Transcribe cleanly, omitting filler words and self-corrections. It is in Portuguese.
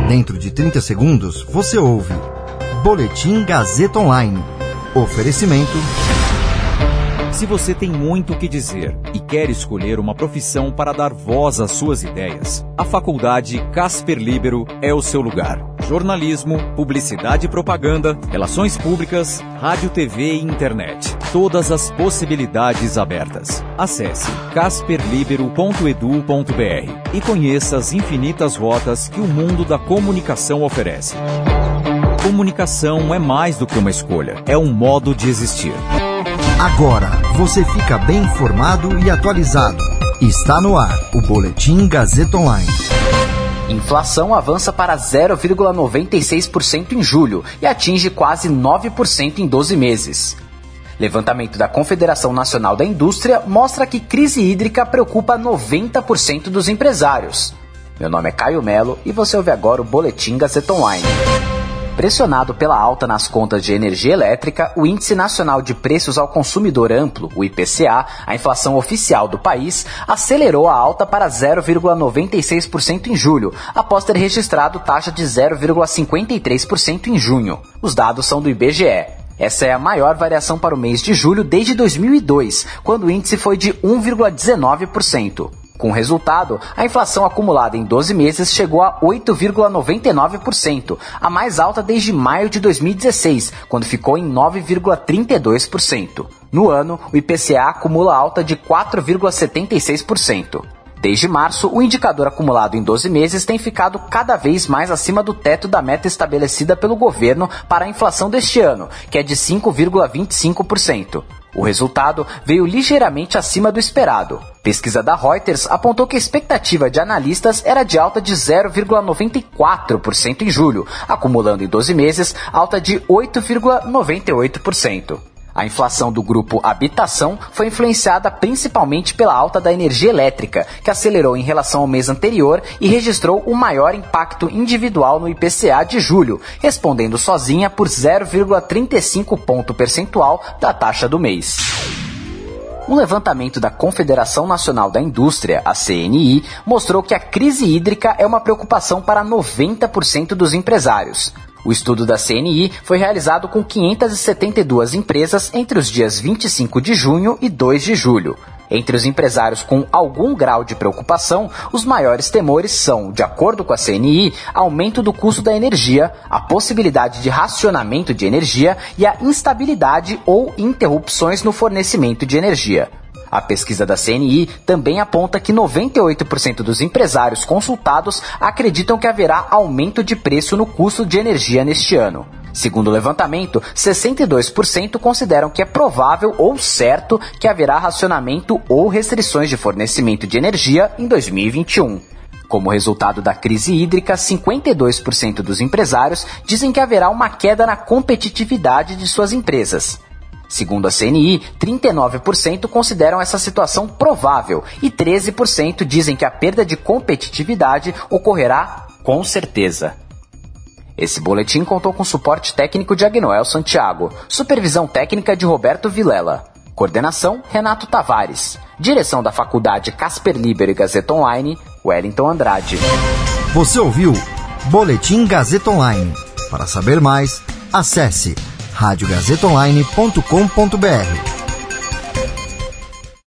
Dentro de 30 segundos, você ouve Boletim Gazeta Online. Oferecimento... Se você tem muito o que dizer e quer escolher uma profissão para dar voz às suas ideias, a Faculdade Casper Líbero é o seu lugar. Jornalismo, publicidade e propaganda, relações públicas, rádio, TV e internet. Todas as possibilidades abertas. Acesse casperlibero.edu.br e conheça as infinitas rotas que o mundo da comunicação oferece. Comunicação é mais do que uma escolha, é um modo de existir. Agora você fica bem informado e atualizado. Está no ar o Boletim Gazeta Online. Inflação avança para 0,96% em julho e atinge quase 9% em 12 meses. Levantamento da Confederação Nacional da Indústria mostra que crise hídrica preocupa 90% dos empresários. Meu nome é Caio Melo e você ouve agora o Boletim Gazeta Online. Pressionado pela alta nas contas de energia elétrica, o Índice Nacional de Preços ao Consumidor Amplo, o IPCA, a inflação oficial do país, acelerou a alta para 0,96% em julho, após ter registrado taxa de 0,53% em junho. Os dados são do IBGE. Essa é a maior variação para o mês de julho desde 2002, quando o índice foi de 1,19%. Com o resultado, a inflação acumulada em 12 meses chegou a 8,99%, a mais alta desde maio de 2016, quando ficou em 9,32%. No ano, o IPCA acumula alta de 4,76%. Desde março, o indicador acumulado em 12 meses tem ficado cada vez mais acima do teto da meta estabelecida pelo governo para a inflação deste ano, que é de 5,25%. O resultado veio ligeiramente acima do esperado. Pesquisa da Reuters apontou que a expectativa de analistas era de alta de 0,94% em julho, acumulando em 12 meses alta de 8,98%. A inflação do grupo Habitação foi influenciada principalmente pela alta da energia elétrica, que acelerou em relação ao mês anterior e registrou o maior impacto individual no IPCA de julho, respondendo sozinha por 0,35 ponto percentual da taxa do mês. Um levantamento da Confederação Nacional da Indústria, a CNI, mostrou que a crise hídrica é uma preocupação para 90% dos empresários. O estudo da CNI foi realizado com 572 empresas entre os dias 25 de junho e 2 de julho. Entre os empresários com algum grau de preocupação, os maiores temores são, de acordo com a CNI, aumento do custo da energia, a possibilidade de racionamento de energia e a instabilidade ou interrupções no fornecimento de energia. A pesquisa da CNI também aponta que 98% dos empresários consultados acreditam que haverá aumento de preço no custo de energia neste ano. Segundo o levantamento, 62% consideram que é provável ou certo que haverá racionamento ou restrições de fornecimento de energia em 2021. Como resultado da crise hídrica, 52% dos empresários dizem que haverá uma queda na competitividade de suas empresas. Segundo a CNI, 39% consideram essa situação provável e 13% dizem que a perda de competitividade ocorrerá com certeza. Esse boletim contou com suporte técnico de Agnoel Santiago, supervisão técnica de Roberto Vilela, coordenação Renato Tavares, direção da Faculdade Casper Líbero e Gazeta Online, Wellington Andrade. Você ouviu Boletim Gazeta Online. Para saber mais, acesse radiogazetaonline.com.br.